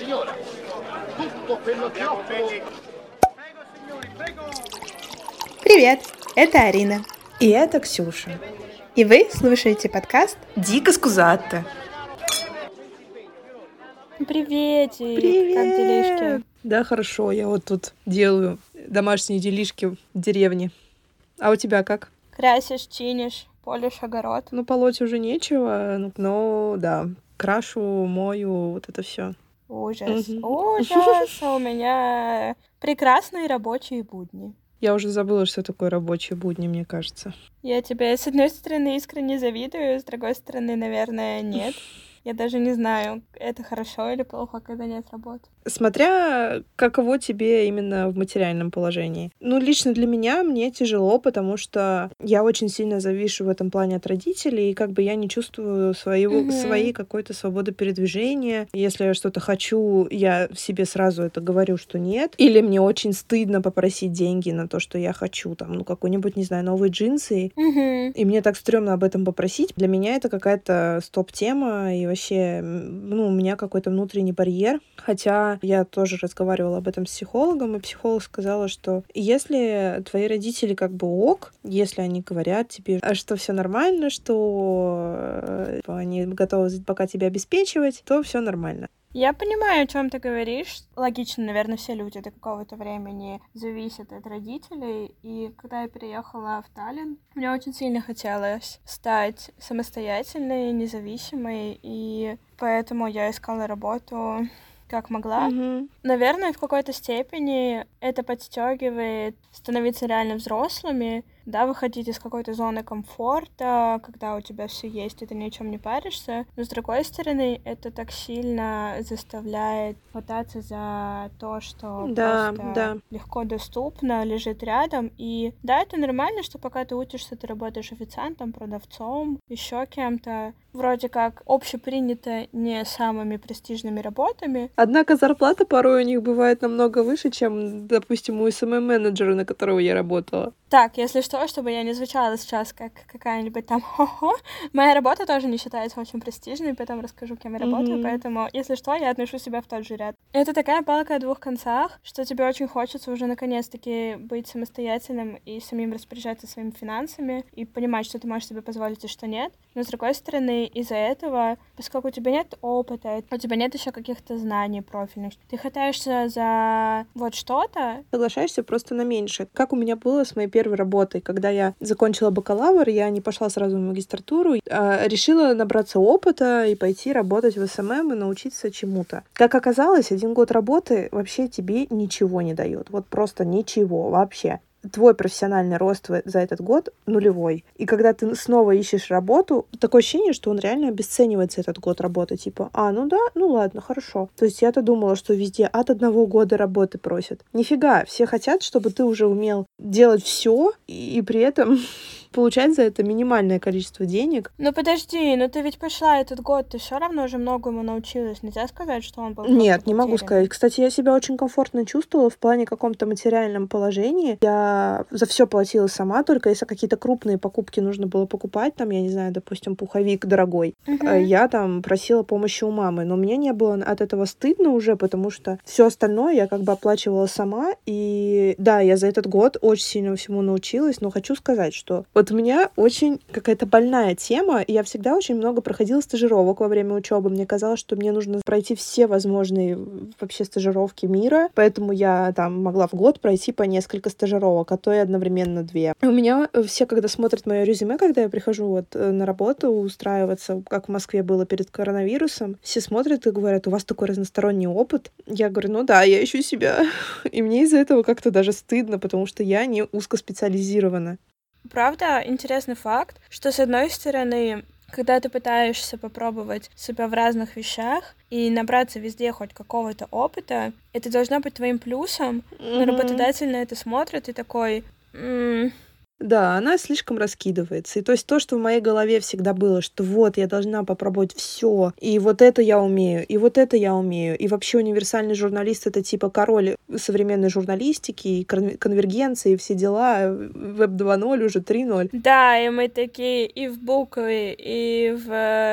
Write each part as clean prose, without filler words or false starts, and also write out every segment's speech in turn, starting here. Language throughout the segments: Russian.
signora. Tutto quello che offro. Привет, это Арина. И это Ксюша. И вы слушаете подкаст Дико скузатто. Приветик! «Привет!» Как делишки? Да, хорошо, я вот тут делаю домашние делишки в деревне. А у тебя как? Красишь, чинишь, полишь огород. Ну, полоть уже нечего, но да, крашу, мою, вот это все. Ужас, Мгм. ужас! А у меня прекрасные рабочие будни. Я уже забыла, что такое рабочие будни, мне кажется. Я тебе, с одной стороны, искренне завидую, с другой стороны, наверное, нет. Я даже не знаю, это хорошо или плохо, когда нет работы. Смотря каково тебе именно в материальном положении. Ну, лично для меня мне тяжело, потому что я очень сильно завишу в этом плане от родителей, и как бы я не чувствую своей какой-то свободы передвижения. Если я что-то хочу, я себе сразу это говорю, что нет. Или мне очень стыдно попросить деньги на то, что я хочу, там, ну, какой-нибудь, не знаю, новые джинсы. И мне так стрёмно об этом попросить. Для меня это какая-то стоп-тема, и вообще, ну, у меня какой-то внутренний барьер. Хотя я тоже разговаривала об этом с психологом, и психолог сказала, что если твои родители как бы ок, если они говорят тебе, что все нормально, что они готовы пока тебя обеспечивать, то все нормально. Я понимаю, о чем ты говоришь. Логично, наверное, все люди до какого-то времени зависят от родителей. И когда я переехала в Таллин, мне очень сильно хотелось стать самостоятельной, независимой, и поэтому я искала работу как могла. Наверное, в какой-то степени это подстегивает становиться реально взрослыми, да, выходить из какой-то зоны комфорта, когда у тебя все есть, и ты ни о чем не паришься. Но с другой стороны, это так сильно заставляет хвататься за то, что просто легко доступно, лежит рядом. И да, это нормально, что пока ты учишься, ты работаешь официантом, продавцом, еще кем-то. Вроде как общепринято не самыми престижными работами. Однако зарплата порой у них бывает намного выше, чем, допустим, у СММ-менеджера, на которого я работала. Так, если что, чтобы я не звучала сейчас как какая-нибудь там хо-хо, моя работа тоже не считается очень престижной, потом расскажу, кем я работаю, поэтому, если что, я отношу себя в тот же ряд. Это такая палка о двух концах, что тебе очень хочется уже наконец-таки быть самостоятельным и самим распоряжаться своими финансами и понимать, что ты можешь себе позволить и что нет. Но, с другой стороны, из-за этого, поскольку у тебя нет опыта, у тебя нет еще каких-то знаний профильных, ты хватаешься за вот что-то. Соглашаешься просто на меньше. Как у меня было с моей первой работой, когда я закончила бакалавр, я не пошла сразу в магистратуру, решила набраться опыта и пойти работать в СММ и научиться чему-то. Как оказалось, 1 год работы вообще тебе ничего не дает. Вот просто ничего вообще. Твой профессиональный рост за этот год нулевой. И когда ты снова ищешь работу, такое ощущение, что он реально обесценивается, этот год работы. Типа, ну да, ну ладно, хорошо. То есть я-то думала, что везде от 1 года работы просят. Нифига, все хотят, чтобы ты уже умел делать все и при этом получать за это минимальное количество денег. Ну подожди, но ты ведь пошла этот год, ты все равно уже многому научилась. Нельзя сказать, что он был Нет, не могу сказать. Кстати, я себя очень комфортно чувствовала в плане каком-то материальном положении. Я за все платила сама, только если какие-то крупные покупки нужно было покупать, там, я не знаю, допустим, пуховик дорогой, я там просила помощи у мамы. Но мне не было от этого стыдно уже, потому что все остальное я как бы оплачивала сама. И да, я за этот год очень сильно всему научилась, но хочу сказать, что вот у меня очень какая-то больная тема, и я всегда очень много проходила стажировок во время учебы. Мне казалось, что мне нужно пройти все возможные вообще стажировки мира, поэтому я там могла в год пройти по несколько стажировок, а то и одновременно 2. И у меня все, когда смотрят мое резюме, когда я прихожу вот на работу устраиваться, как в Москве было перед коронавирусом, все смотрят и говорят: у вас такой разносторонний опыт. Я говорю: ну да, я ищу себя. И мне из-за этого как-то даже стыдно, потому что я не узкоспециализирована. Правда, интересный факт, что, с одной стороны, когда ты пытаешься попробовать себя в разных вещах и набраться везде хоть какого-то опыта, это должно быть твоим плюсом, но работодатель на это смотрит и такой: Да, она слишком раскидывается. И то есть то, что в моей голове всегда было, что вот я должна попробовать все, и вот это я умею, и вот это я умею, и вообще универсальный журналист — это типа король современной журналистики, и конвергенции, и все дела, веб 2.0, уже 3.0. Да, и мы такие и в буквы, и в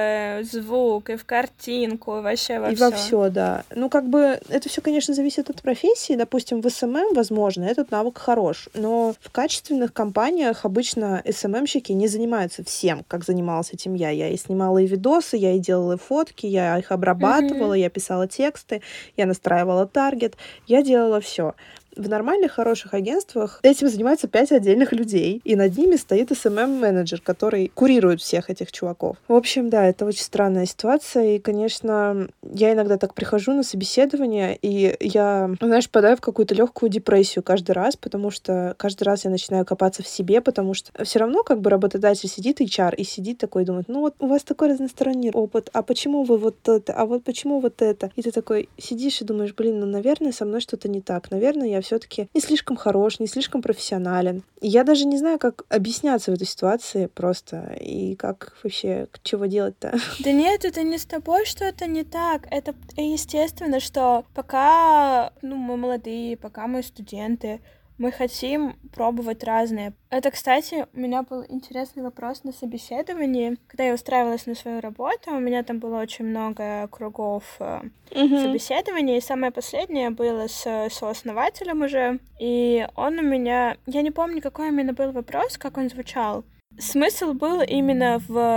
звук, и в картинку, и вообще во И все. во все, да. Ну, как бы, это все, конечно, зависит от профессии. Допустим, в СММ, возможно, этот навык хорош. Но в качественных компаниях обычно СММщики не занимаются всем, как занималась этим я. Я и снимала и видосы, я и делала фотки, я их обрабатывала, я писала тексты, я настраивала таргет, я делала все. В нормальных, хороших агентствах этим занимается 5 отдельных людей, и над ними стоит SMM-менеджер, который курирует всех этих чуваков. В общем, да, это очень странная ситуация, и, конечно, я иногда так прихожу на собеседование, и я, знаешь, впадаю в какую-то легкую депрессию каждый раз, потому что каждый раз я начинаю копаться в себе, потому что все равно как бы работодатель сидит, HR, и сидит такой, думает, ну вот у вас такой разносторонний опыт, а почему вы вот это, а вот почему вот это? И ты такой сидишь и думаешь, блин, ну, наверное, со мной что-то не так, наверное, я все-таки не слишком хорош, не слишком профессионален. И я даже не знаю, как объясняться в этой ситуации просто, и как вообще, чего делать-то. Да нет, это не с тобой что-то не так. Это естественно, что пока мы молодые, пока мы студенты, мы хотим пробовать разное. Это, кстати, у меня был интересный вопрос на собеседовании. Когда я устраивалась на свою работу, у меня там было очень много кругов собеседований, и самое последнее было с сооснователем уже. И он у меня... Я не помню, какой именно был вопрос, как он звучал. Смысл был именно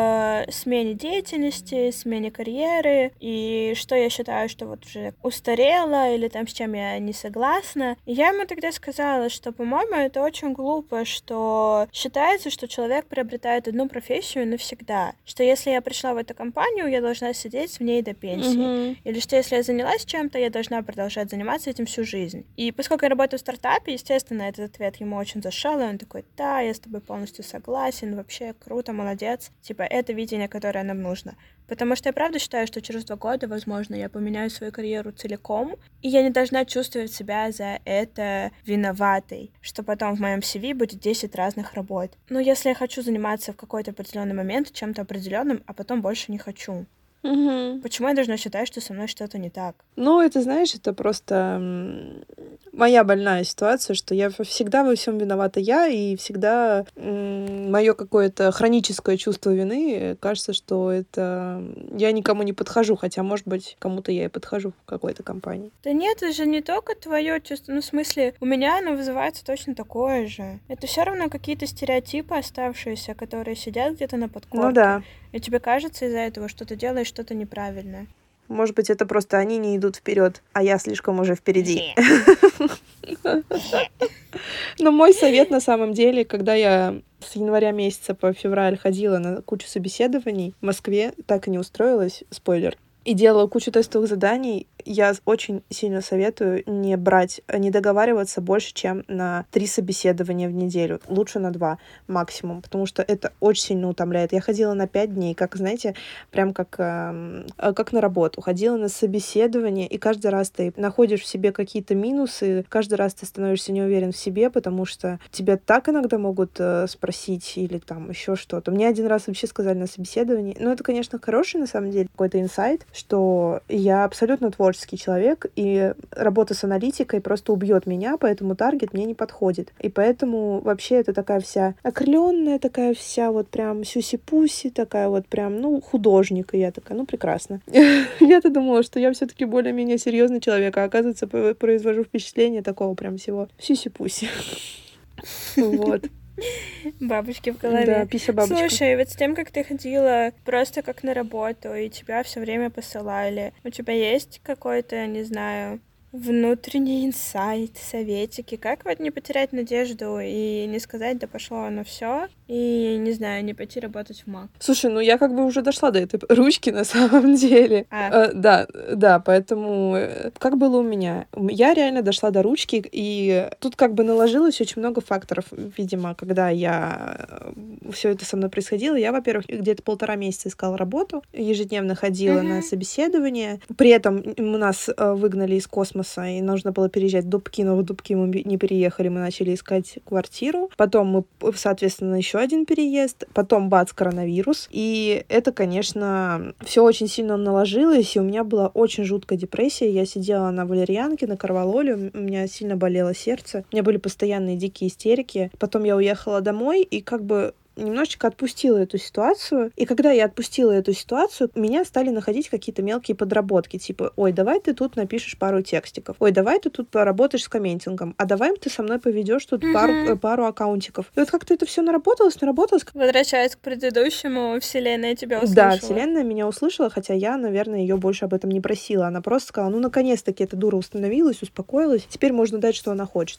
в смене деятельности, смене карьеры, и что я считаю, что вот уже устарела, или там с чем я не согласна. И я ему тогда сказала, что, по-моему, это очень глупо, что считается, что человек приобретает одну профессию навсегда. Что если я пришла в эту компанию, я должна сидеть в ней до пенсии. Или что если я занялась чем-то, я должна продолжать заниматься этим всю жизнь. И поскольку я работаю в стартапе, естественно, этот ответ ему очень зашел, и он такой, да, я с тобой полностью согласен, вообще круто, молодец. Типа, это видение, которое нам нужно. Потому что я правда считаю, что через 2 года, возможно, я поменяю свою карьеру целиком, и я не должна чувствовать себя за это виноватой, что потом в моем CV будет 10 разных работ. Но если я хочу заниматься в какой-то определенный момент чем-то определенным, а потом больше не хочу, почему я должна считать, что со мной что-то не так? Ну, это, знаешь, это просто моя больная ситуация, что я всегда во всем виновата я, и всегда мое какое-то хроническое чувство вины, кажется, что это я никому не подхожу, хотя, может быть, кому-то я и подхожу в какой-то компании. Да нет, это же не только твое чувство, ну, в смысле, у меня оно вызывается точно такое же. Это все равно какие-то стереотипы оставшиеся, которые сидят где-то на подкорке. Ну да. И тебе кажется из-за этого, что ты делаешь что-то неправильное. Может быть, это просто они не идут вперед, а я слишком уже впереди. Но мой совет на самом деле, когда я с января месяца по февраль ходила на кучу собеседований в Москве, так и не устроилась, спойлер, и делала кучу тестовых заданий, я очень сильно советую не договариваться больше, чем на 3 собеседования в неделю. Лучше на 2 максимум, потому что это очень сильно утомляет. Я ходила на 5 дней, как, знаете, прям как на работу. Ходила на собеседование, и каждый раз ты находишь в себе какие-то минусы, каждый раз ты становишься неуверен в себе, потому что тебя так иногда могут спросить или там еще что-то. Мне один раз вообще сказали на собеседовании, это, конечно, хороший на самом деле какой-то инсайт, что я абсолютно творческий человек, и работа с аналитикой просто убьет меня, поэтому таргет мне не подходит. И поэтому вообще это такая вся окрыленная, такая вся вот прям сюси-пуси, такая вот прям, художник. И я такая, прекрасно. Я-то думала, что я все-таки более-менее серьезный человек, а оказывается, произвожу впечатление такого прям всего сюси-пуси. Вот. Бабочки в голове. Да, пися-бабочка. Слушай, вот с тем, как ты ходила просто как на работу, и тебя все время посылали, у тебя есть какой-то, не знаю, внутренний инсайт, советики, как вот не потерять надежду и не сказать, да пошло оно все, и, не знаю, не пойти работать в МАК? Слушай, я как бы уже дошла до этой ручки на самом деле. Да, поэтому как было у меня? Я реально дошла до ручки, и тут как бы наложилось очень много факторов, видимо, когда все это со мной происходило. Я, во-первых, где-то 1,5 месяца искала работу, ежедневно ходила на собеседование. При этом нас выгнали из космоса Космоса, и нужно было переезжать в Дубки, но в Дубки мы не переехали, мы начали искать квартиру. Потом мы, соответственно, еще один переезд. Потом бац, коронавирус. И это, конечно, все очень сильно наложилось, и у меня была очень жуткая депрессия. Я сидела на валерьянке, на корвалоле, у меня сильно болело сердце. У меня были постоянные дикие истерики. Потом я уехала домой, и как бы немножечко отпустила эту ситуацию. И когда я отпустила эту ситуацию, меня стали находить какие-то мелкие подработки. Типа, ой, давай ты тут напишешь пару текстиков. Ой, давай ты тут поработаешь с комментингом. А давай ты со мной поведешь тут пару аккаунтиков. И вот как-то это все наработалось. Возвращаясь к предыдущему, вселенная тебя услышала. Да, вселенная меня услышала, хотя я, наверное, ее больше об этом не просила. Она просто сказала, ну, наконец-таки эта дура установилась, успокоилась. Теперь можно дать, что она хочет.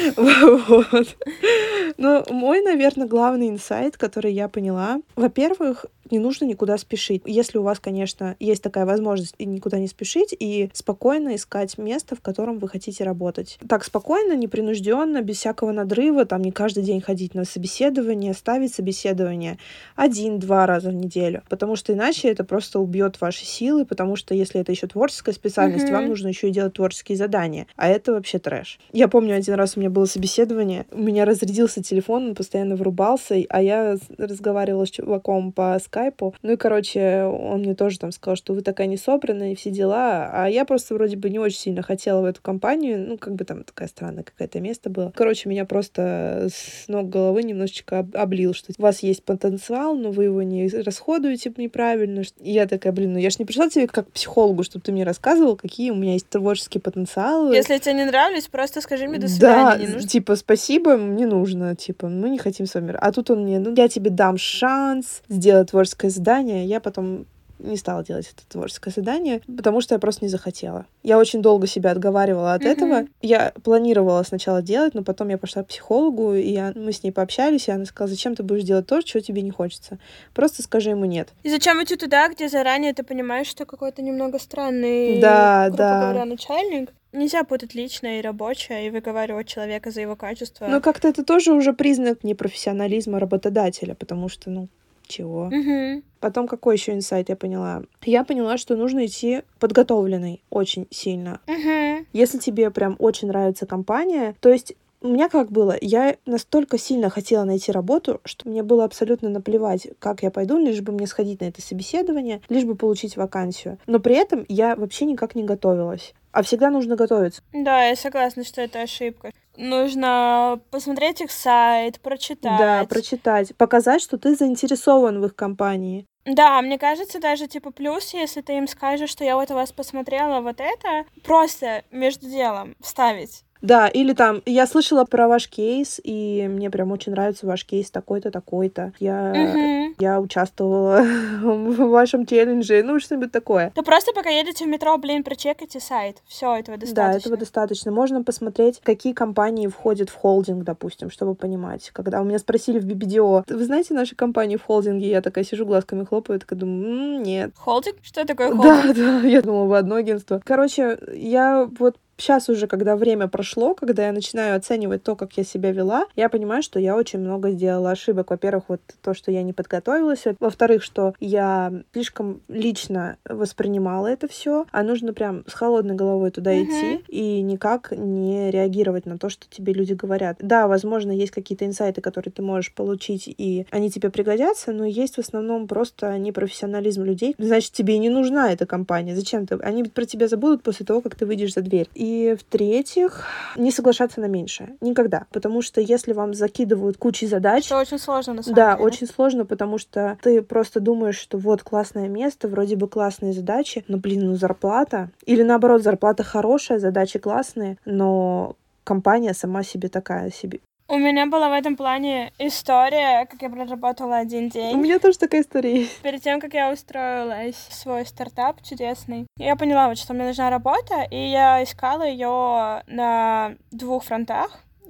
Но мой, наверное, главный инсайт, который я поняла. Во-первых, не нужно никуда спешить. Если у вас, конечно, есть такая возможность и никуда не спешить, и спокойно искать место, в котором вы хотите работать. Так спокойно, непринужденно, без всякого надрыва, там не каждый день ходить на собеседование, ставить собеседование 1-2 раза в неделю. Потому что иначе это просто убьет ваши силы, потому что если это еще творческая специальность, вам нужно еще и делать творческие задания. А это вообще трэш. Я помню, один раз у меня было собеседование, у меня разрядился телефон, он постоянно вырубался, а я разговаривала с чуваком по скайпу. Ну и, короче, он мне тоже там сказал, что вы такая несобранная и все дела. А я просто вроде бы не очень сильно хотела в эту компанию. Ну, как бы там такая странная какое-то место было. Короче, меня просто с ног головы немножечко облил, что у вас есть потенциал, но вы его не расходуете неправильно. И я такая, блин, ну я ж не пришла тебе как психологу, чтобы ты мне рассказывал, какие у меня есть творческие потенциалы. Если тебе не нравлюсь, просто скажи мне до свидания. Да, не нужно. типа, спасибо, не нужно, типа, мы не хотим с вами. А тут он мне, ну, я тебе дам шанс сделать творческое задание. Я потом не стала делать это творческое задание, потому что я просто не захотела. Я очень долго себя отговаривала от этого. Я планировала сначала делать, но потом я пошла к психологу, и мы с ней пообщались, и она сказала, зачем ты будешь делать то, чего тебе не хочется? Просто скажи ему нет. И зачем идти туда, где заранее ты понимаешь, что какой-то немного странный, грубо говоря, начальник? Нельзя путать личное и рабочее и выговаривать человека за его качество. Но как-то это тоже уже признак непрофессионализма работодателя, потому что, ну, чего? Потом какой еще инсайт я поняла? Я поняла, что нужно идти подготовленной очень сильно. Если тебе прям очень нравится компания, то есть у меня как было? Я настолько сильно хотела найти работу, что мне было абсолютно наплевать, как я пойду, лишь бы мне сходить на это собеседование, лишь бы получить вакансию. Но при этом я вообще никак не готовилась. А всегда нужно готовиться. Да, я согласна, что это ошибка. Нужно посмотреть их сайт, прочитать. Да, прочитать. Показать, что ты заинтересован в их компании. Да, мне кажется, даже типа плюс, если ты им скажешь, что я вот у вас посмотрела вот это, просто между делом вставить. Да, или там, я слышала про ваш кейс, и мне прям очень нравится ваш кейс такой-то, такой-то. Я участвовала в вашем челлендже, ну, что-нибудь такое. Да просто пока едете в метро, прочекайте сайт. Все, этого достаточно. Да, этого достаточно. Можно посмотреть, какие компании входят в холдинг, допустим, чтобы понимать. Когда у меня спросили в BBDO, вы знаете наши компании в холдинге? Я такая сижу, глазками хлопаю, такая думаю, нет. Холдинг? Что такое холдинг? Да, я думала, вы одно агентство. Короче, я вот сейчас уже, когда время прошло, когда я начинаю оценивать то, как я себя вела, я понимаю, что я очень много сделала ошибок. Во-первых, вот то, что я не подготовилась. Во-вторых, что я слишком лично воспринимала это все, а нужно прям с холодной головой туда идти и никак не реагировать на то, что тебе люди говорят. Да, возможно, есть какие-то инсайты, которые ты можешь получить, и они тебе пригодятся, но есть в основном просто непрофессионализм людей. Значит, тебе и не нужна эта компания. Зачем ты? Они про тебя забудут после того, как ты выйдешь за дверь. И в-третьих, не соглашаться на меньшее. Никогда. Потому что если вам закидывают кучей задач... Что очень сложно, на самом деле. Да, деле. очень сложно, потому что ты просто думаешь, что вот классное место, вроде бы классные задачи, но, блин, зарплата. Или наоборот, зарплата хорошая, задачи классные, но компания сама себе такая себе. У меня была в этом плане история, как я проработала один день. У меня тоже такая история есть. Перед тем, как я устроилась в свой стартап чудесный, я поняла, вот, что мне нужна работа, и я искала ее на 2 фронтах.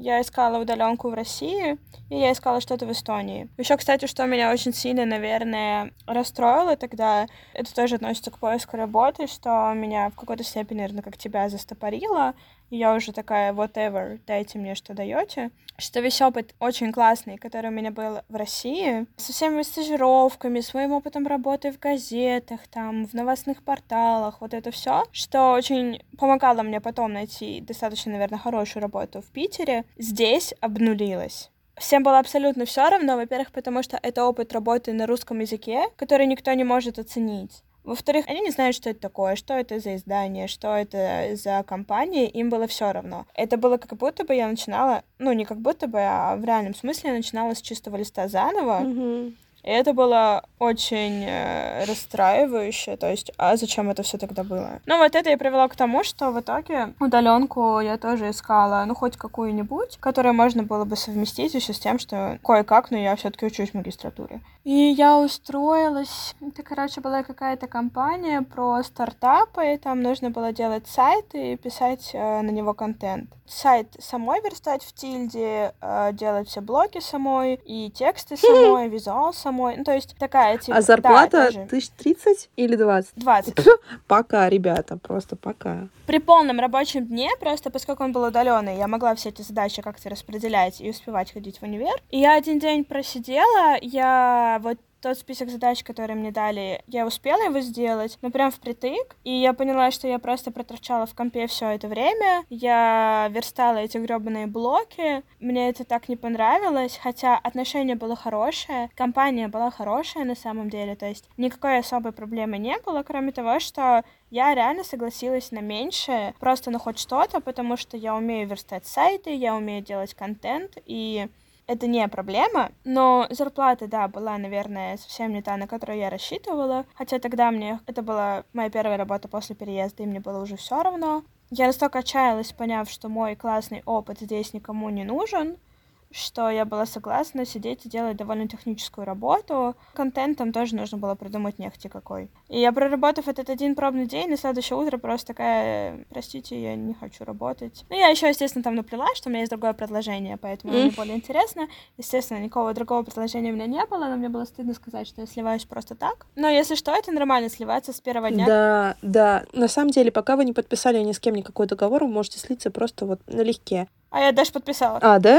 я искала удаленку в России, и я искала что-то в Эстонии. Еще, кстати, что меня очень сильно, наверное, расстроило тогда, это тоже относится к поиску работы, что меня в какой-то степени, наверное, как тебя застопорило, и я уже такая, whatever, дайте мне, что даете. Что весь опыт очень классный, который у меня был в России, со всеми стажировками, с моим опытом работы в газетах, там, в новостных порталах, вот это все, что очень помогало мне потом найти достаточно, наверное, хорошую работу в Питере, здесь обнулилось. Всем было абсолютно все равно, во-первых, потому что это опыт работы на русском языке, который никто не может оценить. Во-вторых, они не знают, что это такое, что это за издание, что это за компания, им было все равно. Это было как будто бы я начинала, ну, не как будто бы, а в реальном смысле я начинала с чистого листа заново. И это было очень расстраивающе, то есть, а зачем это все тогда было? Ну, вот это и привело к тому, что в итоге удаленку я тоже искала, ну, хоть какую-нибудь, которую можно было бы совместить еще с тем, что кое-как, но я все-таки учусь в магистратуре. И я устроилась, это, короче, была какая-то компания про стартапы, там нужно было делать сайт и писать на него контент. Сайт самой верстать в Тильде, делать все блоки самой, и тексты самой, визуал самой, ну, то есть такая, типа... А зарплата да, 1030 или 20? 20. Пока, ребята, просто пока. При полном рабочем дне, просто поскольку он был удаленный, я могла все эти задачи как-то распределять и успевать ходить в универ. И я один день просидела, я вот тот список задач, которые мне дали, я успела его сделать, но прям впритык, и я поняла, что я просто проторчала в компе все это время, я верстала эти грёбаные блоки, мне это так не понравилось, хотя отношение было хорошее, компания была хорошая на самом деле, то есть никакой особой проблемы не было, кроме того, что я реально согласилась на меньшее, просто на хоть что-то, потому что я умею верстать сайты, я умею делать контент, и это не проблема, но зарплата, да, была, наверное, совсем не та, на которую я рассчитывала, хотя тогда это была моя первая работа после переезда, и мне было уже все равно. Я настолько отчаялась, поняв, что мой классный опыт здесь никому не нужен, что я была согласна сидеть и делать довольно техническую работу. Контент там тоже нужно было придумать нехти какой. И я, проработав этот один пробный день, на следующее утро просто такая, простите, я не хочу работать. Ну, я еще, естественно, там наплела, что у меня есть другое предложение, поэтому мне более интересно. Естественно, никакого другого предложения у меня не было, но мне было стыдно сказать, что я сливаюсь просто так. Но если что, это нормально сливаться с первого дня. Да, да. На самом деле, пока вы не подписали ни с кем никакой договор, вы можете слиться просто вот налегке. А я даже подписала. А, да?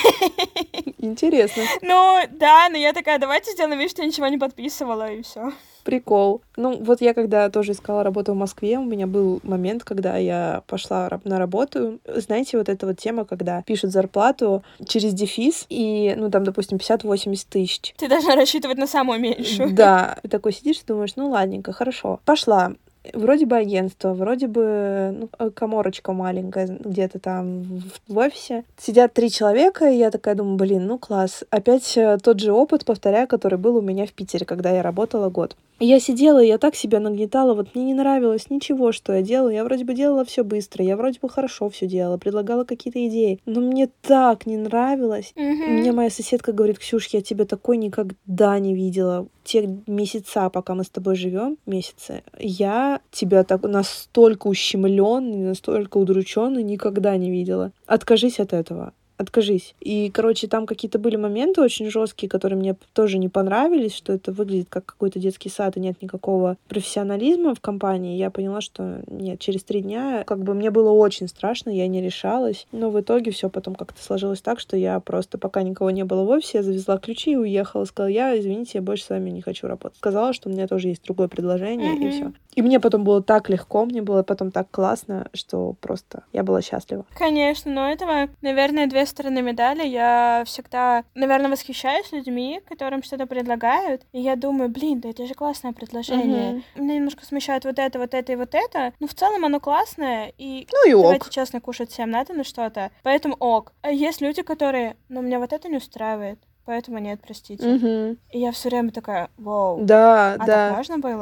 Интересно. Ну, да, но я такая, давайте сделаем вид, что я ничего не подписывала, и все. Прикол. Ну, вот я когда тоже искала работу в Москве, у меня был момент, когда я пошла на работу. Знаете, вот эта вот тема, когда пишут зарплату через дефис, и, ну, там, допустим, 50-80 тысяч. Ты должна рассчитывать на самую меньшую. Да. Ты такой сидишь и думаешь, ну, ладненько, хорошо. Пошла. Вроде бы агентство, вроде бы каморочка маленькая где-то там в офисе. Сидят 3 человека, и я такая думаю, блин, ну класс. Опять тот же опыт, повторяю, который был у меня в Питере, когда я работала год. И я сидела, и я так себя нагнетала, вот мне не нравилось ничего, что я делала. Я вроде бы делала все быстро, я вроде бы хорошо все делала, предлагала какие-то идеи. Но мне так не нравилось. Мне моя соседка говорит, Ксюш, я тебя такой никогда не видела. Те месяца, пока мы с тобой живем, месяцы, я тебя так настолько ущемлённый, настолько удрученный никогда не видела. Откажись от этого. Откажись. И, короче, там какие-то были моменты очень жесткие, которые мне тоже не понравились, что это выглядит как какой-то детский сад, и нет никакого профессионализма в компании. Я поняла, что нет, через 3 дня как бы мне было очень страшно, я не решалась. Но в итоге все потом как-то сложилось так, что я просто, пока никого не было в офисе, я завезла ключи и уехала. Сказала, извините, я больше с вами не хочу работать. Сказала, что у меня тоже есть другое предложение, и все. И мне потом было так легко, мне было потом так классно, что просто я была счастлива. Конечно, но этого, наверное, 2 стороны медали. Я всегда, наверное, восхищаюсь людьми, которым что-то предлагают, и я думаю, блин, да это же классное предложение. Меня немножко смущает вот это и вот это, но в целом оно классное, и, ну и давайте ок. честно, кушать всем надо на что-то, поэтому ок. А есть люди, которые, ну, меня вот это не устраивает, поэтому нет, простите. И я все время такая, вау, Да, а да. так можно было?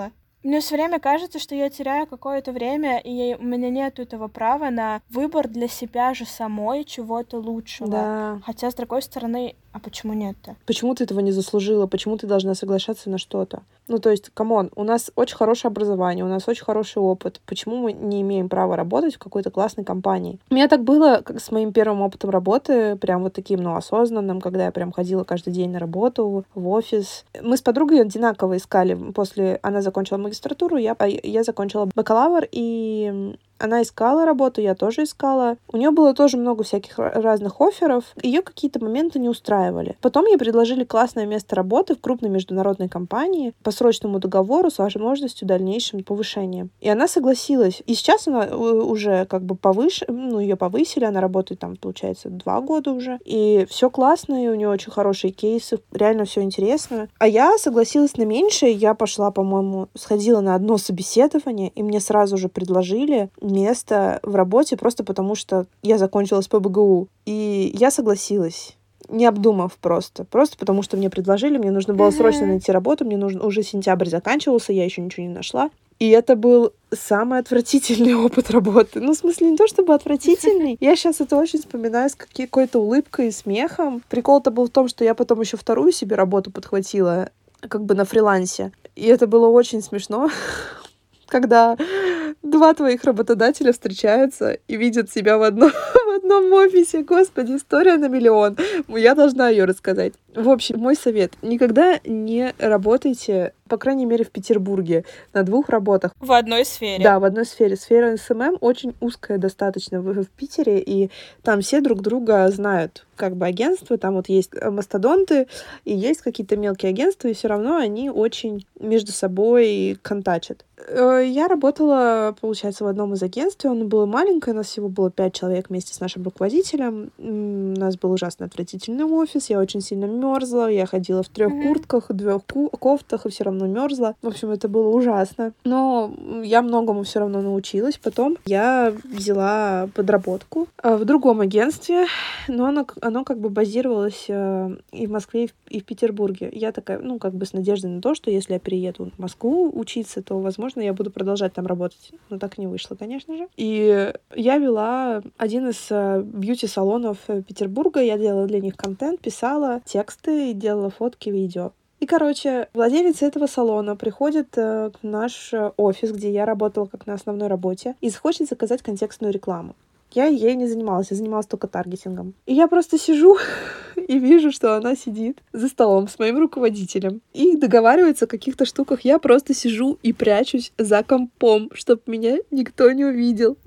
Мне все время кажется, что я теряю какое-то время, и у меня нет этого права на выбор для себя же самой чего-то лучшего. Да. Хотя, с другой стороны, а почему нет-то? Почему ты этого не заслужила? Почему ты должна соглашаться на что-то? Ну, то есть, камон, у нас очень хорошее образование, у нас очень хороший опыт. Почему мы не имеем права работать в какой-то классной компании? У меня так было с моим первым опытом работы, прям вот таким, осознанным, когда я прям ходила каждый день на работу, в офис. Мы с подругой одинаково искали. После она закончила магистратуру, я закончила бакалавр, и она искала работу, я тоже искала. У нее было тоже много всяких разных офферов. Ее какие-то моменты не устраивали. Потом ей предложили классное место работы в крупной международной компании по срочному договору с возможностью дальнейшего повышения. И она согласилась. И сейчас она уже как бы ее повысили, она работает там, получается, 2 года уже. И все классно, и у нее очень хорошие кейсы, реально все интересно. А я согласилась на меньшее, я пошла, по-моему, сходила на одно собеседование, и мне сразу же предложили место в работе просто потому, что я закончила с ПБГУ. И я согласилась, не обдумав просто. Просто потому, что мне предложили, мне нужно было срочно найти работу, уже сентябрь заканчивался, я еще ничего не нашла. И это был самый отвратительный опыт работы. Ну, в смысле, не то чтобы отвратительный. Я сейчас это очень вспоминаю с какой-то улыбкой и смехом. Прикол-то был в том, что я потом еще вторую себе работу подхватила, как бы на фрилансе. И это было очень смешно, когда 2 твоих работодателя встречаются и видят себя в одном офисе. Господи, история на миллион. Я должна ее рассказать. В общем, мой совет. Никогда не работайте, по крайней мере, в Петербурге, на 2 работах. В одной сфере. Да, в одной сфере. Сфера СММ очень узкая достаточно в Питере, и там все друг друга знают. Как бы агентства, там вот есть мастодонты, и есть какие-то мелкие агентства, и все равно они очень между собой контачат. Я работала, получается, в одном из агентств, оно было маленькое, у нас всего было 5 человек вместе с нашим руководителем. У нас был ужасно отвратительный офис, я очень сильно мерзла, я ходила в 3 куртках, 2 кофтах, и все равно мерзла. В общем, это было ужасно. Но я многому все равно научилась. Потом я взяла подработку в другом агентстве, но оно как бы базировалось и в Москве, и в Петербурге. Я такая, как бы с надеждой на то, что если я перееду в Москву учиться, то, возможно, я буду продолжать там работать. Но так не вышло, конечно же. И я вела один из бьюти-салонов Петербурга. Я делала для них контент, писала тексты, делала фотки, видео. И, короче, владелец этого салона приходит в наш офис, где я работала как на основной работе, и захочет заказать контекстную рекламу. Я ей не занималась, я занималась только таргетингом. И я просто сижу и вижу, что она сидит за столом с моим руководителем и договаривается о каких-то штуках. Я просто сижу и прячусь за компом, чтобы меня никто не увидел.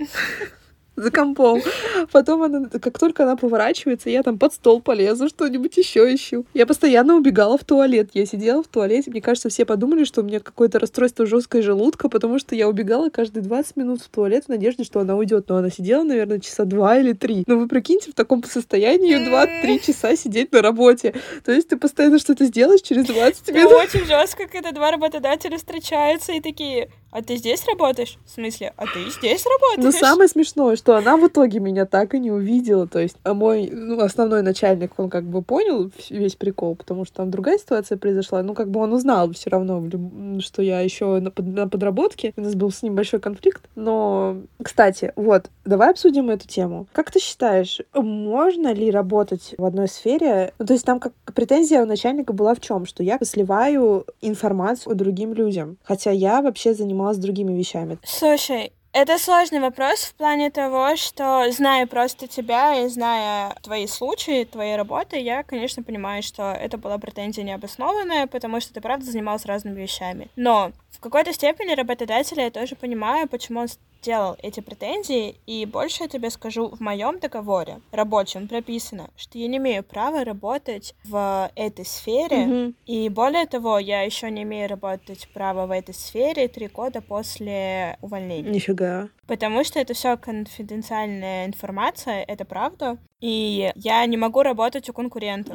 За компом. Потом как только она поворачивается, я там под стол полезу, что-нибудь еще ищу. Я постоянно убегала в туалет. Я сидела в туалете. Мне кажется, все подумали, что у меня какое-то расстройство жесткой желудка, потому что я убегала каждые 20 минут в туалет в надежде, что она уйдет. Но она сидела, наверное, часа 2 или 3. Но вы прикиньте, в таком состоянии 2-3 часа сидеть на работе. То есть ты постоянно что-то сделаешь через 20 минут. Это очень жестко, когда 2 работодателя встречаются и такие: а ты здесь работаешь? В смысле, а ты здесь работаешь? Но самое смешное, что она в итоге меня так и не увидела. То есть мой основной начальник, он как бы понял весь прикол, потому что там другая ситуация произошла. Как бы он узнал все равно, что я еще на подработке. У нас был с ним большой конфликт. Но, кстати, давай обсудим эту тему. Как ты считаешь, можно ли работать в одной сфере? То есть там как претензия у начальника была в чем? Что я сливаю информацию другим людям. Хотя я вообще занималась другими вещами. Слушай, это сложный вопрос в плане того, что, зная просто тебя и зная твои случаи, твои работы, я, конечно, понимаю, что это была претензия необоснованная, потому что ты, правда, занималась разными вещами. Но в какой-то степени работодателя я тоже понимаю, почему он делал эти претензии, и больше я тебе скажу, в моем договоре рабочем прописано, что я не имею права работать в этой сфере, и более того, я еще не имею работать права в этой сфере 3 года после увольнения. Нифига. Потому что это все конфиденциальная информация, это правда, и я не могу работать у конкурентов.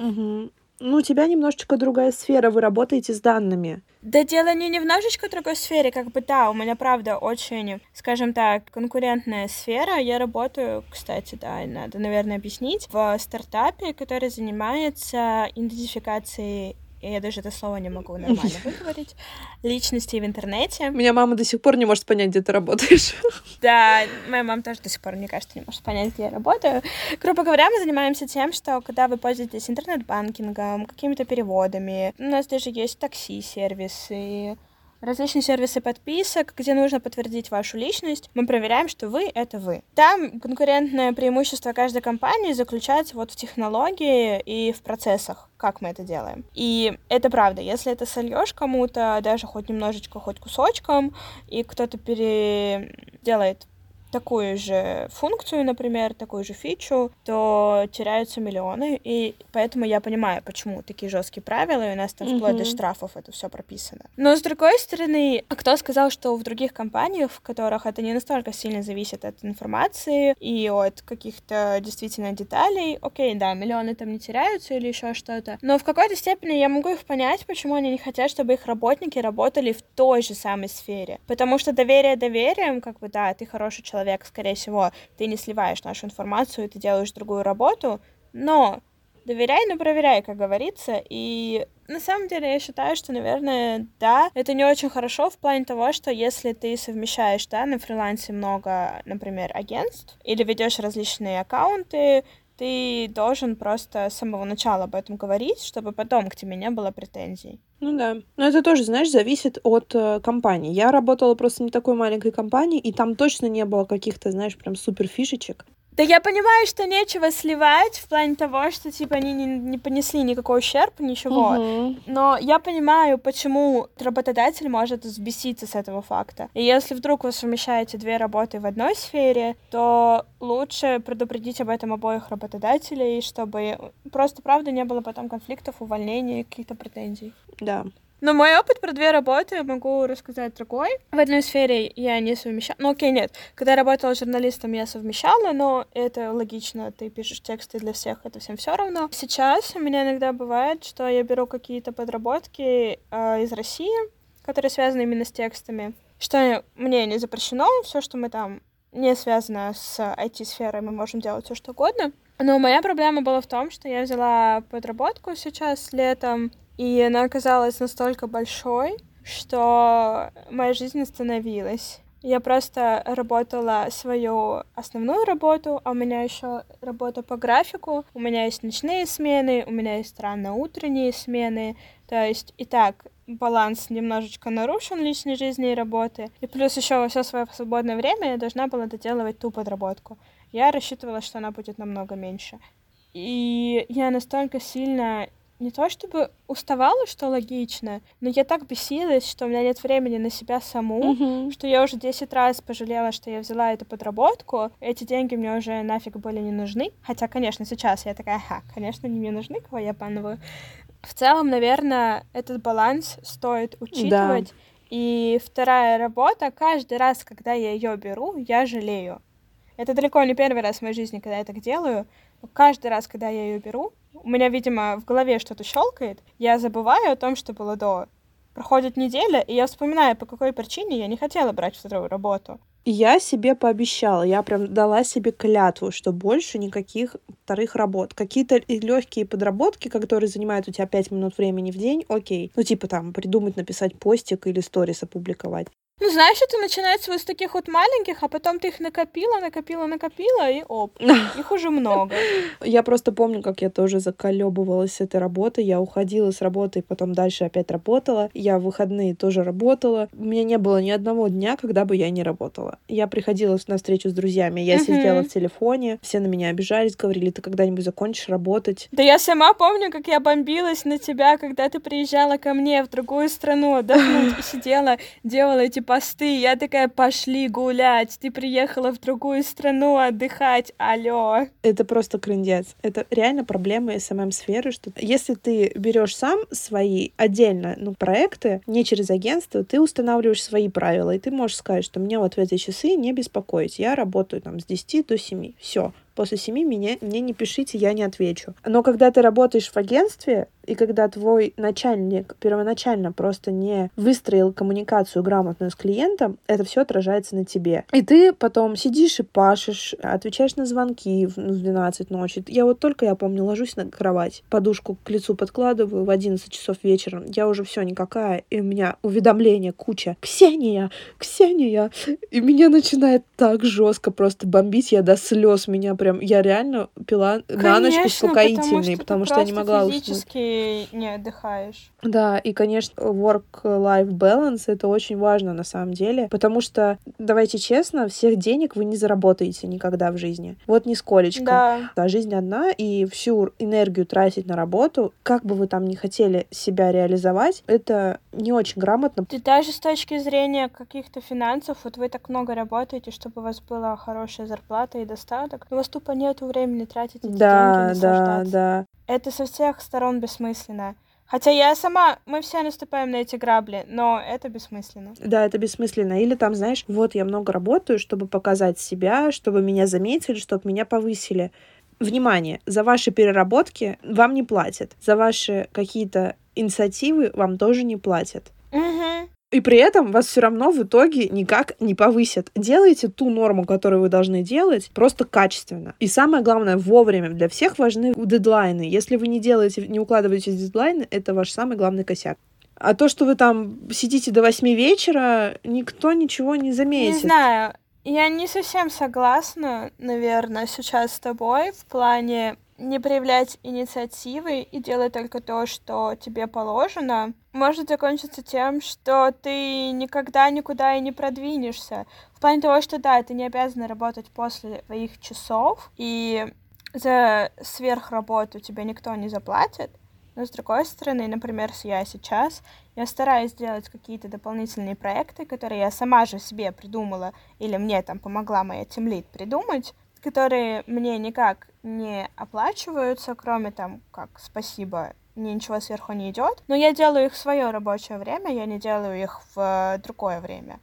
У тебя немножечко другая сфера, вы работаете с данными. Да дело не немножечко в другой сфере, да, у меня, правда, очень, скажем так, конкурентная сфера. Я работаю, кстати, надо, наверное, объяснить, в стартапе, который занимается идентификацией я даже это слово не могу нормально выговорить, личностей в интернете. Меня мама до сих пор не может понять, где ты работаешь. Да, моя мама тоже до сих пор, мне кажется, не может понять, где я работаю. Грубо говоря, мы занимаемся тем, что когда вы пользуетесь интернет-банкингом, какими-то переводами, у нас даже есть такси-сервисы, различные сервисы подписок, где нужно подтвердить вашу личность, мы проверяем, что вы — это вы. Там конкурентное преимущество каждой компании заключается вот в технологии и в процессах, как мы это делаем. И это правда, если это сольешь кому-то, даже хоть немножечко, хоть кусочком, и кто-то переделает такую же функцию, например, такую же фичу, то теряются миллионы, и поэтому я понимаю, почему такие жесткие правила, и у нас там вплоть до штрафов это все прописано. Но с другой стороны, кто сказал, что в других компаниях, в которых это не настолько сильно зависит от информации и от каких-то действительно деталей, окей, да, миллионы там не теряются или еще что-то, но в какой-то степени я могу их понять, почему они не хотят, чтобы их работники работали в той же самой сфере, потому что доверие доверием, как бы, да, ты хороший человек, скорее всего, ты не сливаешь нашу информацию, ты делаешь другую работу, но доверяй, но проверяй, как говорится, и на самом деле я считаю, что, наверное, да, это не очень хорошо в плане того, что если ты совмещаешь, да, на фрилансе много, например, агентств, или ведешь различные аккаунты, ты должен просто с самого начала об этом говорить, чтобы потом к тебе не было претензий. Ну да. Но это тоже, знаешь, зависит от компании. Я работала просто не такой маленькой компании, и там точно не было каких-то, знаешь, прям супер фишечек. Да я понимаю, что нечего сливать в плане того, что, типа, они не понесли никакой ущерб, ничего. Но я понимаю, почему работодатель может взбеситься с этого факта. И если вдруг вы совмещаете две работы в одной сфере, то лучше предупредить об этом обоих работодателей, чтобы просто, правда, не было потом конфликтов, увольнений, каких-то претензий. Да. Но мой опыт про две работы могу рассказать другой. В одной сфере я не совмещала. Ну, окей, нет. Когда я работала журналистом, я совмещала, но это логично. Ты пишешь тексты для всех, это всем все равно. Сейчас у меня иногда бывает, что я беру какие-то подработки из России, которые связаны именно с текстами, что мне не запрещено. Все, что мы там не связано с IT-сферой, мы можем делать все что угодно. Но моя проблема была в том, что я взяла подработку сейчас летом, и она оказалась настолько большой, что моя жизнь остановилась. Я просто работала свою основную работу, а у меня еще работа по графику. У меня есть ночные смены, у меня есть рано-утренние смены. То есть и так баланс немножечко нарушен личной жизни и работы. И плюс еще во все свое свободное время я должна была доделывать ту подработку. Я рассчитывала, что она будет намного меньше. И я настолько сильно не то чтобы уставала, что логично, но я так бесилась, что у меня нет времени на себя саму, что я уже 10 раз пожалела, что я взяла эту подработку. Эти деньги мне уже нафиг были не нужны. Хотя, конечно, сейчас я такая, конечно, они мне нужны, кого я обманываю. В целом, наверное, этот баланс стоит учитывать. Да. И вторая работа, каждый раз, когда я ее беру, я жалею. Это далеко не первый раз в моей жизни, когда я так делаю. Но каждый раз, когда я ее беру, у меня, видимо, в голове что-то щелкает, я забываю о том, что было до. Проходит неделя, и я вспоминаю, по какой причине я не хотела брать вторую работу. Я себе пообещала, я прям дала себе клятву, что больше никаких вторых работ. Какие-то легкие подработки, которые занимают у тебя 5 минут времени в день, окей. Ну, типа там придумать, написать постик или сторис опубликовать. Ну, знаешь, это начинается вот с таких вот маленьких, а потом ты их накопила, и оп, их уже много. Я просто помню, как я тоже заколебывалась с этой работой. Я уходила с работы, потом дальше опять работала. Я в выходные тоже работала. У меня не было ни одного дня, когда бы я не работала. Я приходила на встречу с друзьями, я сидела в телефоне, все на меня обижались, говорили, ты когда-нибудь закончишь работать? Да я сама помню, как я бомбилась на тебя, когда ты приезжала ко мне в другую страну отдохнуть и сидела, делала эти посты, я такая, пошли гулять, ты приехала в другую страну отдыхать, алло. Это просто крындец. Это реально проблема SMM-сферы, что если ты берешь сам свои отдельно, проекты, не через агентство, ты устанавливаешь свои правила, и ты можешь сказать, что мне вот в эти часы не беспокоить, я работаю там с 10 до 7, все. После 7 мне не пишите, я не отвечу. Но когда ты работаешь в агентстве, И когда твой начальник первоначально просто не выстроил коммуникацию грамотную с клиентом, это все отражается на тебе. И ты потом сидишь и пашешь, отвечаешь на звонки в 12 ночи. Я помню, ложусь на кровать, подушку к лицу подкладываю в 11 часов вечера. Я уже все никакая, и у меня уведомления куча. Ксения! Ксения! И меня начинает так жестко просто бомбить, я до слез, я реально пила на ночь успокоительные, потому что я не могла уснуть. Физически не отдыхаешь. Да, и, конечно, work-life balance — это очень важно на самом деле, потому что, давайте честно, всех денег вы не заработаете никогда в жизни. Вот нисколечко. Да. А жизнь одна, и всю энергию тратить на работу, как бы вы там ни хотели себя реализовать, это не очень грамотно. И даже с точки зрения каких-то финансов, вот вы так много работаете, чтобы у вас была хорошая зарплата и достаток, но у вас тупо нету времени тратить эти деньги и наслаждаться. Да. Это со всех сторон бессмысленно. Хотя мы все наступаем на эти грабли, но это бессмысленно. Да, это бессмысленно. Или там, знаешь, вот я много работаю, чтобы показать себя, чтобы меня заметили, чтобы меня повысили. Внимание, за ваши переработки вам не платят. За ваши какие-то инициативы вам тоже не платят. Угу. И при этом вас все равно в итоге никак не повысят. Делайте ту норму, которую вы должны делать, просто качественно. И самое главное, вовремя. Для всех важны дедлайны. Если вы не укладываете дедлайны, это ваш самый главный косяк. А то, что вы там сидите до 8 вечера, никто ничего не заметит. Не знаю. Я не совсем согласна, наверное, сейчас с тобой в плане не проявлять инициативы и делать только то, что тебе положено, может закончиться тем, что ты никогда никуда и не продвинешься. В плане того, что да, ты не обязана работать после твоих часов, и за сверхработу тебе никто не заплатит. Но с другой стороны, например, я стараюсь делать какие-то дополнительные проекты, которые я сама же себе придумала, или мне там помогла моя тимлид придумать, которые мне никак не оплачиваются, кроме там, как спасибо, мне ничего сверху не идет. Но я делаю их в свое рабочее время, я не делаю их в другое время.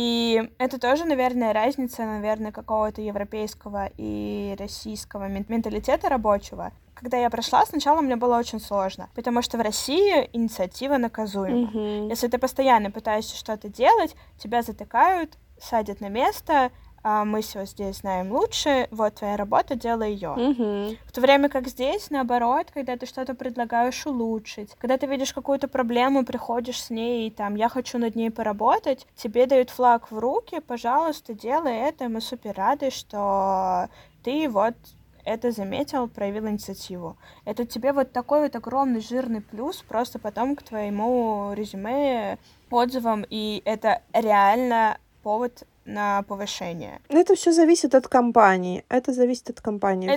И это тоже, наверное, разница, какого-то европейского и российского менталитета рабочего. Когда я прошла, сначала мне было очень сложно, потому что в России инициатива наказуема. Если ты постоянно пытаешься что-то делать, тебя затыкают, садят на место, мы все здесь знаем лучше, вот твоя работа, делай ее. В то время как здесь, наоборот, когда ты что-то предлагаешь улучшить, когда ты видишь какую-то проблему, приходишь с ней, и там, я хочу над ней поработать, тебе дают флаг в руки, пожалуйста, делай это, мы супер рады, что ты вот это заметил, проявил инициативу. Это тебе вот такой вот огромный жирный плюс просто потом к твоему резюме, отзывам, и это реально повод на повышение. Это все зависит от компании. Это зависит от компании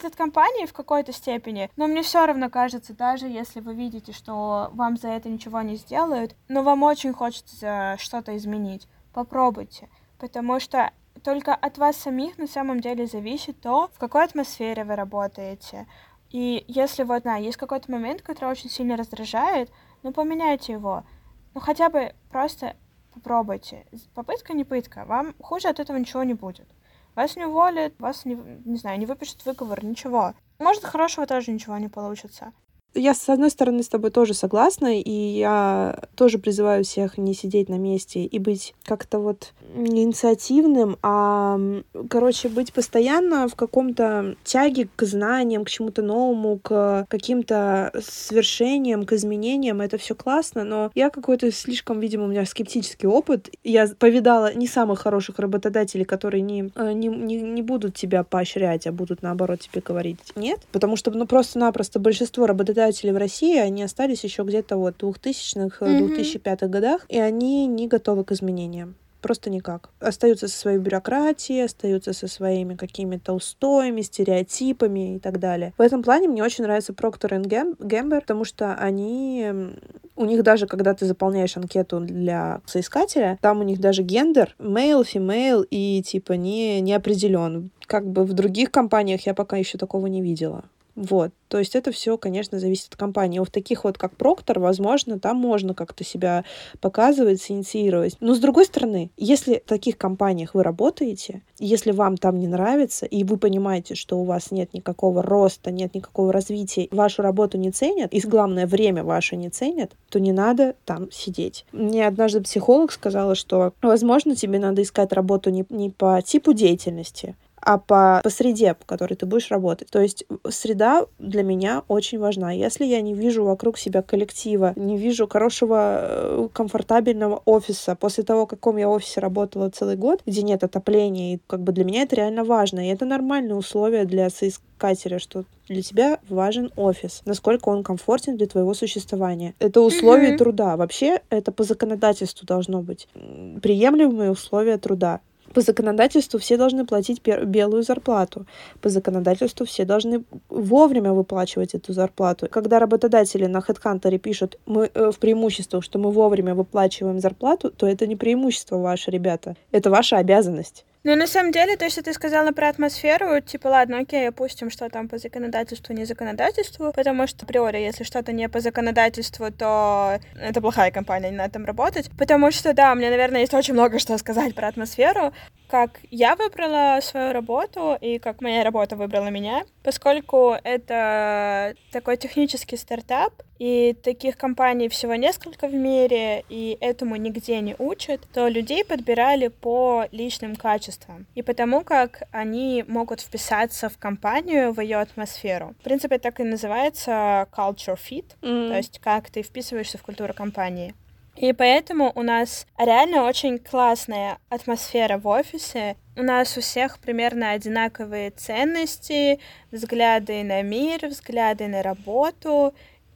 в какой-то степени, но мне все равно кажется, даже если вы видите, что вам за это ничего не сделают, но вам очень хочется что-то изменить, попробуйте, потому что только от вас самих на самом деле зависит то, в какой атмосфере вы работаете. И если есть какой-то момент, который очень сильно раздражает, поменяйте его. Хотя бы просто попробуйте. Попытка не пытка. Вам хуже от этого ничего не будет. Вас не уволят, вас не выпишут выговор, ничего. Может, хорошего тоже ничего не получится. Я, с одной стороны, с тобой тоже согласна, и я тоже призываю всех не сидеть на месте и быть как-то не инициативным, быть постоянно в каком-то тяге к знаниям, к чему-то новому, к каким-то свершениям, к изменениям. Это все классно, но я какой-то слишком, видимо, у меня скептический опыт. Я повидала не самых хороших работодателей, которые не будут тебя поощрять, а будут, наоборот, тебе говорить нет, потому что, просто-напросто большинство работодателей в России, они остались еще где-то в 2000-х, 2005-х годах, и они не готовы к изменениям. Просто никак. Остаются со своей бюрократией, остаются со своими какими-то устоями, стереотипами и так далее. В этом плане мне очень нравится Procter & Gamble, потому что у них даже, когда ты заполняешь анкету для соискателя, там у них даже гендер, male, female и не определен. Как бы в других компаниях я пока еще такого не видела. Вот. То есть это все, конечно, зависит от компании. В таких вот, как Procter, возможно, там можно как-то себя показывать, инициировать. Но с другой стороны, если в таких компаниях вы работаете, если вам там не нравится, и вы понимаете, что у вас нет никакого роста, нет никакого развития, вашу работу не ценят, и главное, время ваше не ценят, то не надо там сидеть. Мне однажды психолог сказала, что, возможно, тебе надо искать работу не по типу деятельности, а по среде, по которой ты будешь работать. То есть среда для меня очень важна. Если я не вижу вокруг себя коллектива, не вижу хорошего, комфортабельного офиса после того, в каком я офисе работала целый год, где нет отопления, и как бы для меня это реально важно. И это нормальные условия для соискателя, что для тебя важен офис, насколько он комфортен для твоего существования. Это условия труда. Вообще, это по законодательству должно быть. Приемлемые условия труда. По законодательству все должны платить белую зарплату. По законодательству все должны вовремя выплачивать эту зарплату. Когда работодатели на HeadHunter пишут в преимуществах, что мы вовремя выплачиваем зарплату, то это не преимущество ваше, ребята. Это ваша обязанность. Ну, на самом деле, то, что ты сказала про атмосферу, типа, ладно, окей, опустим, что там по законодательству, не законодательству, потому что, априори, если что-то не по законодательству, то это плохая компания, не надо там работать. Потому что, да, мне, наверное, есть очень много что сказать про атмосферу, как я выбрала свою работу и как моя работа выбрала меня, поскольку это такой технический стартап, и таких компаний всего несколько в мире, и этому нигде не учат, то людей подбирали по личным качествам и потому, как они могут вписаться в компанию, в ее атмосферу. В принципе, так и называется culture fit, то есть как ты вписываешься в культуру компании. И поэтому у нас реально очень классная атмосфера в офисе. У нас у всех примерно одинаковые ценности, взгляды на мир, взгляды на работу.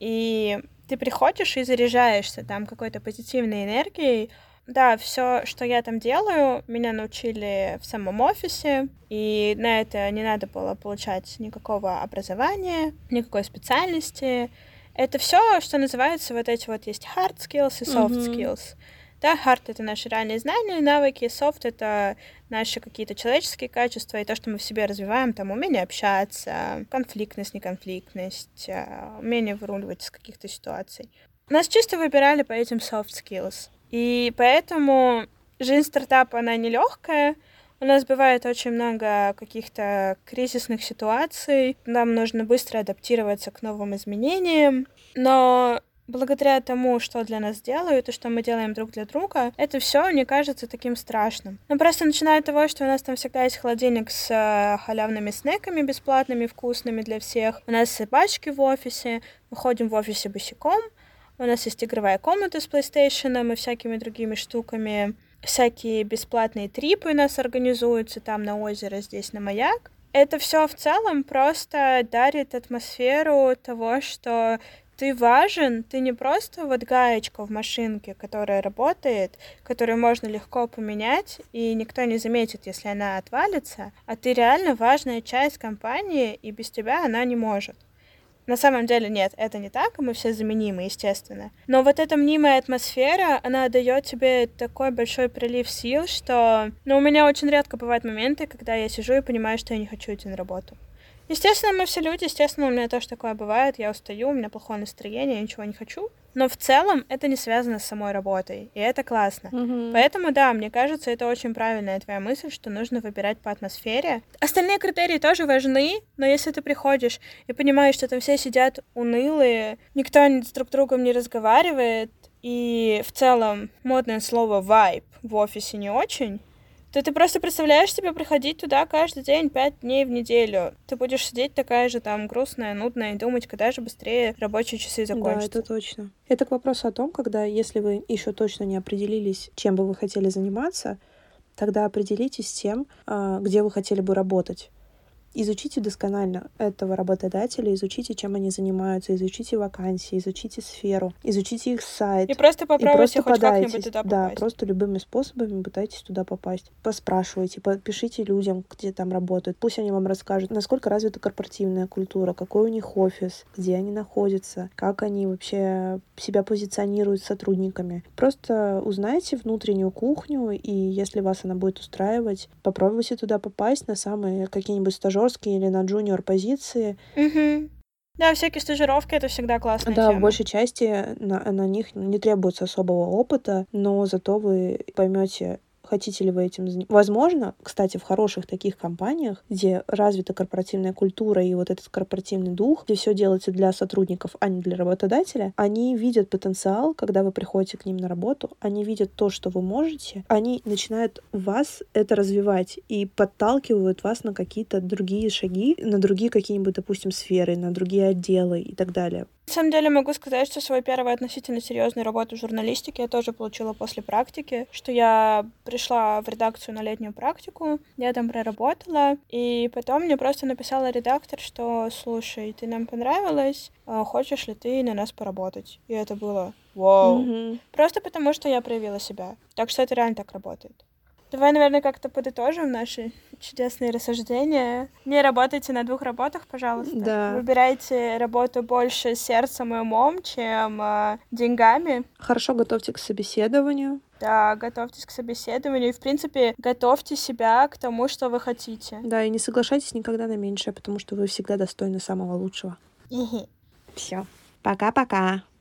И ты приходишь и заряжаешься там какой-то позитивной энергией. Да, все, что я там делаю, меня научили в самом офисе, и на это не надо было получать никакого образования, никакой специальности. Это все, что называется, вот эти вот есть hard skills и soft skills. Да, hard — это наши реальные знания, навыки, soft — это наши какие-то человеческие качества и то, что мы в себе развиваем, там, умение общаться, конфликтность, неконфликтность, умение выруливать из каких-то ситуаций. Нас чисто выбирали по этим soft skills. И поэтому жизнь стартапа, она нелегкая. У нас бывает очень много каких-то кризисных ситуаций. Нам нужно быстро адаптироваться к новым изменениям. Но благодаря тому, что для нас делают и что мы делаем друг для друга, это все не кажется таким страшным. Ну, просто начиная от того, что у нас там всегда есть холодильник с халявными снеками бесплатными, вкусными для всех. У нас собачки в офисе. Мы ходим в офисе босиком. У нас есть игровая комната с PlayStation и всякими другими штуками. Всякие бесплатные трипы у нас организуются там на озеро, здесь на маяк. Это все в целом просто дарит атмосферу того, что ты важен, ты не просто вот гаечка в машинке, которая работает, которую можно легко поменять, и никто не заметит, если она отвалится, а ты реально важная часть компании, и без тебя она не может. На самом деле нет, это не так, и мы все заменимы, естественно. Но вот эта мнимая атмосфера, она дает тебе такой большой прилив сил, что... Ну, у меня очень редко бывают моменты, когда я сижу и понимаю, что я не хочу идти на работу. Естественно, мы все люди, естественно, у меня тоже такое бывает, я устаю, у меня плохое настроение, я ничего не хочу. Но в целом это не связано с самой работой, и это классно. Поэтому, да, мне кажется, это очень правильная твоя мысль, что нужно выбирать по атмосфере. Остальные критерии тоже важны, но если ты приходишь и понимаешь, что там все сидят унылые, никто с друг другом не разговаривает, и в целом модное слово «vibe» в офисе не очень, то ты просто представляешь себе приходить туда каждый день 5 дней в неделю. Ты будешь сидеть такая же там грустная, нудная и думать, когда же быстрее рабочие часы закончатся. Да, это точно. Это к вопросу о том, когда, если вы еще точно не определились, чем бы вы хотели заниматься, тогда определитесь с тем, где вы хотели бы работать. Изучите досконально этого работодателя, изучите, чем они занимаются, изучите вакансии, изучите сферу, изучите их сайт. И просто попробуйте хоть как-нибудь туда попасть. Да, просто любыми способами пытайтесь туда попасть. Поспрашивайте, пишите людям, где там работают. Пусть они вам расскажут, насколько развита корпоративная культура, какой у них офис, где они находятся, как они вообще себя позиционируют с сотрудниками. Просто узнайте внутреннюю кухню, и если вас она будет устраивать, попробуйте туда попасть на самые какие-нибудь стажерские или на джуниор позиции. Да, всякие стажировки — это всегда классная Да, в тема. большей части на них не требуется особого опыта, но зато вы поймете, хотите ли вы этим заниматься. Возможно, кстати, в хороших таких компаниях, где развита корпоративная культура и вот этот корпоративный дух, где все делается для сотрудников, а не для работодателя, они видят потенциал, когда вы приходите к ним на работу, они видят то, что вы можете, они начинают вас это развивать и подталкивают вас на какие-то другие шаги, на другие какие-нибудь, допустим, сферы, на другие отделы и так далее. На самом деле могу сказать, что свою первую относительно серьезную работу в журналистике я тоже получила после практики, что я пришла в редакцию на летнюю практику, я там проработала, и потом мне просто написала редактор, что «Слушай, ты нам понравилась, хочешь ли ты на нас поработать?» И это было «Вау!» Просто потому, что я проявила себя. Так что это реально так работает. Давай, наверное, как-то подытожим наши чудесные рассуждения. Не работайте на 2 работах, пожалуйста. Да. Выбирайте работу больше сердцем и умом, чем деньгами. Хорошо готовьте к собеседованию. Да, готовьтесь к собеседованию и, в принципе, готовьте себя к тому, что вы хотите. Да, и не соглашайтесь никогда на меньшее, потому что вы всегда достойны самого лучшего. Все. Пока-пока.